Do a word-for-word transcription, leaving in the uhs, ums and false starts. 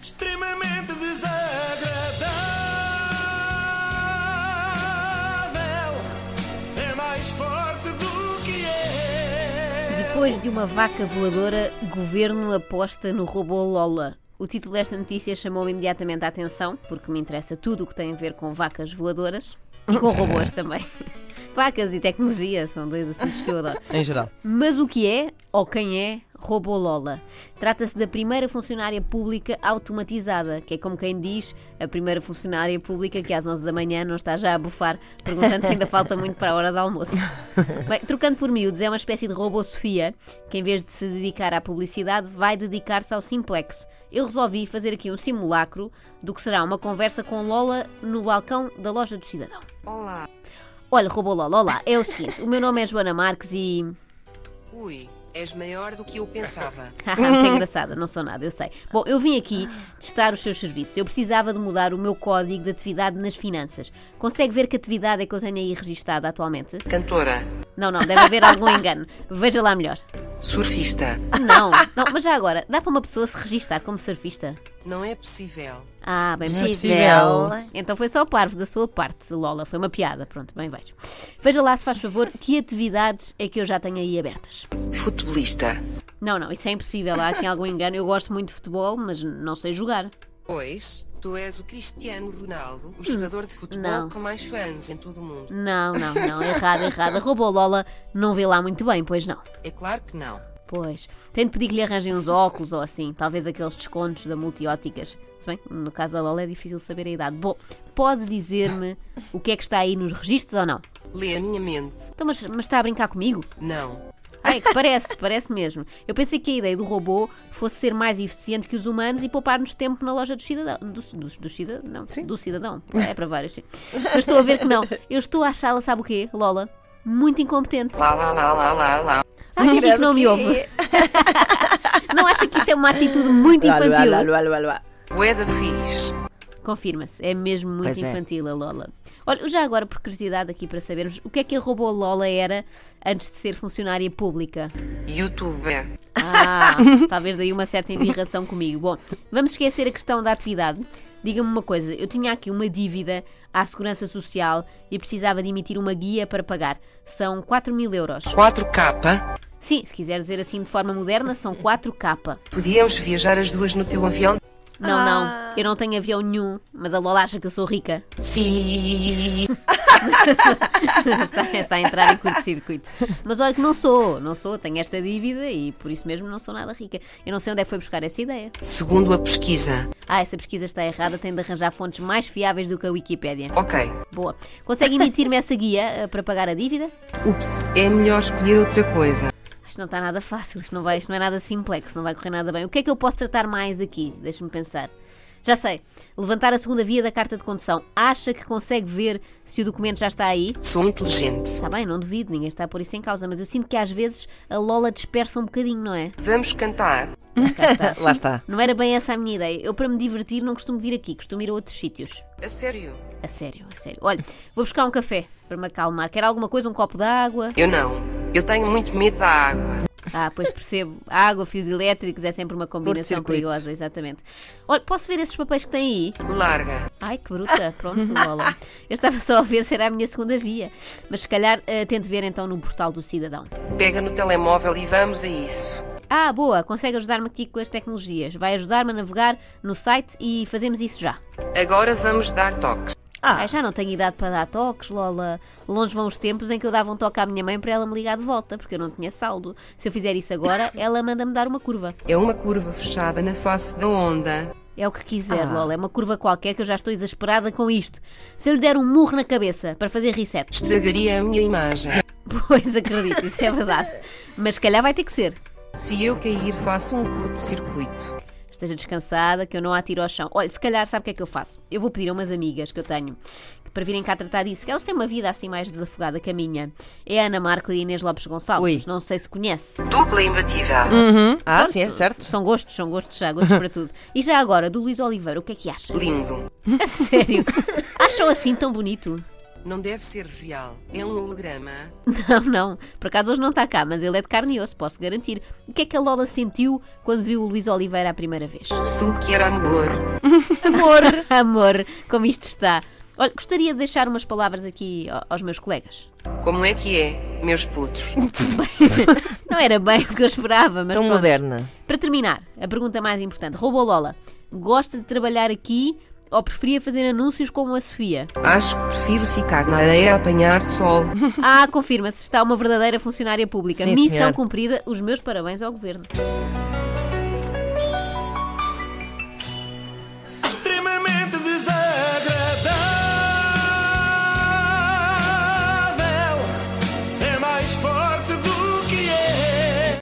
extremamente desagradável. É mais forte do que é. Depois de uma vaca voadora, governo aposta no robô Lola. O título desta notícia chamou-me imediatamente a atenção, porque me interessa tudo o que tem a ver com vacas voadoras e com robôs também. Vacas e tecnologia são dois assuntos que eu adoro. Em geral. Mas o que é, ou quem é, Robô Lola? Trata-se da primeira funcionária pública automatizada, que é como quem diz, a primeira funcionária pública que às onze da manhã não está já a bufar, perguntando se ainda falta muito para a hora do almoço. Bem, trocando por miúdos, é uma espécie de robô Sofia, que em vez de se dedicar à publicidade, vai dedicar-se ao simplex. Eu resolvi fazer aqui um simulacro do que será uma conversa com Lola no balcão da loja do cidadão. Olá. Olha, Robô Lola, olá, é o seguinte, o meu nome é Joana Marques e... Ui, és maior do que eu pensava. Muito engraçada, não sou nada, eu sei. Bom, eu vim aqui testar os seus serviços. Eu precisava de mudar o meu código de atividade nas finanças. Consegue ver que atividade é que eu tenho aí registada atualmente? Cantora. Não, não, deve haver algum engano. Veja lá melhor. Surfista. Não, não, mas já agora, dá para uma pessoa se registar como surfista? Não é possível. Ah, bem Não é possível. possível. Então foi só parvo da sua parte, Lola. Foi uma piada, pronto, bem vejo. Veja lá, se faz favor, que atividades é que eu já tenho aí abertas. Futebolista. Não, não, isso é impossível. Há aqui algum engano. Eu gosto muito de futebol, mas não sei jogar. Pois, tu és o Cristiano Ronaldo, o jogador de futebol Não. com mais fãs em todo o mundo. Não, não, não, errado, errado. A Robô Lola não vê lá muito bem, pois não. É claro que não. Pois, tenho de pedir que lhe arranjem uns óculos ou assim, talvez aqueles descontos da Multióticas. Se bem, no caso da Lola é difícil saber a idade. Bom, pode dizer-me o que é que está aí nos registros ou não? Lê a minha mente. Então, mas, mas está a brincar comigo? Não. Ah, é que parece, parece mesmo. Eu pensei que a ideia do robô fosse ser mais eficiente que os humanos e poupar-nos tempo na loja do cidadão. Do, do, do cidadão? Não, Sim. do cidadão. É para vários, sim. Mas estou a ver que não. Eu estou a achá-la, sabe o quê, Lola? Muito incompetente. Lá, lá, lá, lá, lá, lá. Já fingi que não me ouve. Não acha que isso é uma atitude muito infantil? Ué da fixe. Confirma-se, é mesmo muito Pois é. infantil a Lola. Olha, já agora, por curiosidade aqui para sabermos, o que é que a robô Lola era antes de ser funcionária pública? Youtuber. Ah, talvez daí uma certa embirração comigo. Bom, vamos esquecer a questão da atividade. Diga-me uma coisa, eu tinha aqui uma dívida à Segurança Social e precisava de emitir uma guia para pagar. São quatro mil euros. quatro K. Sim, se quiser dizer assim de forma moderna, são quatro K. Podíamos viajar as duas no teu avião? Não, não, eu não tenho avião nenhum, mas a Lola acha que eu sou rica. Sim. está, está a entrar em curto-circuito. Mas olha que não sou, não sou, tenho esta dívida e por isso mesmo não sou nada rica. Eu não sei onde é que foi buscar essa ideia. Segundo a pesquisa. Ah, essa pesquisa está errada, tem de arranjar fontes mais fiáveis do que a Wikipédia. Ok. Boa. Consegue emitir-me essa guia eh, para pagar a dívida? Ups, é melhor escolher outra coisa. Isto não está nada fácil, isto não, vai, isto não é nada simplex, não vai correr nada bem. O que é que eu posso tratar mais aqui? Deixa-me pensar. Já sei, levantar a segunda via da carta de condução. Acha que consegue ver se o documento já está aí? Sou inteligente. Está bem, não duvido, ninguém está a pôr isso em causa, mas eu sinto que às vezes a Lola dispersa um bocadinho, não é? Vamos cantar. Cá está. Lá está. Não era bem essa a minha ideia. Eu, para me divertir, não costumo vir aqui, costumo ir a outros sítios. A sério? A sério, a sério. Olha, vou buscar um café para me acalmar. Quer alguma coisa? Um copo de água? Eu não. Eu tenho muito medo da água. Ah, pois percebo. Água, fios elétricos, é sempre uma combinação Curto-circuito. perigosa, exatamente. Olha, posso ver esses papéis que tem aí? Larga. Ai, que bruta. Pronto, Lola. Eu estava só a ver se era a minha segunda via. Mas se calhar uh, tento ver então no portal do cidadão. Pega no telemóvel e vamos a isso. Ah, boa. Consegue ajudar-me aqui com as tecnologias. Vai ajudar-me a navegar no site e fazemos isso já. Agora vamos dar toques. Ah. já não tenho idade para dar toques, Lola. Longe vão os tempos em que eu dava um toque à minha mãe para ela me ligar de volta, porque eu não tinha saldo. Se eu fizer isso agora, ela manda-me dar uma curva. É uma curva fechada na face da onda. É o que quiser, Ah. Lola. É uma curva qualquer que eu já estou exasperada com isto. Se eu lhe der um murro na cabeça para fazer reset. Estragaria a minha imagem. Pois, acredito, isso é verdade. Mas se calhar vai ter que ser. Se eu cair, faço um curto-circuito. Esteja descansada, que eu não a atiro ao chão. Olha, se calhar sabe o que é que eu faço? Eu vou pedir a umas amigas que eu tenho para virem cá tratar disso, que elas têm uma vida assim mais desafogada que a minha. É a Ana Marco e a Inês Lopes Gonçalves. Ui. Não sei se conhece. Dupla imbatível. Uhum. Ah, Pronto, sim, é certo. São gostos, são gostos já, gostos para tudo. E já agora, do Luís Oliveira, o que é que acha? Lindo. A sério? Acham assim tão bonito? Não deve ser real. É um holograma. Não, não. Por acaso hoje não está cá, mas ele é de carne e osso, posso garantir. O que é que a Lola sentiu quando viu o Luís Oliveira a primeira vez? Soube que era amor. Amor! Amor, como isto está. Olha, gostaria de deixar umas palavras aqui a- aos meus colegas. Como é que é, meus putos? Não era bem o que eu esperava, mas Tão pronto. moderna. Para terminar, a pergunta mais importante. Robô Lola, gosta de trabalhar aqui ou preferia fazer anúncios como a Sofia? Acho que prefiro ficar na areia a apanhar sol. Ah, confirma-se, está uma verdadeira funcionária pública. Sim, Missão senhor. cumprida, os meus parabéns ao Governo.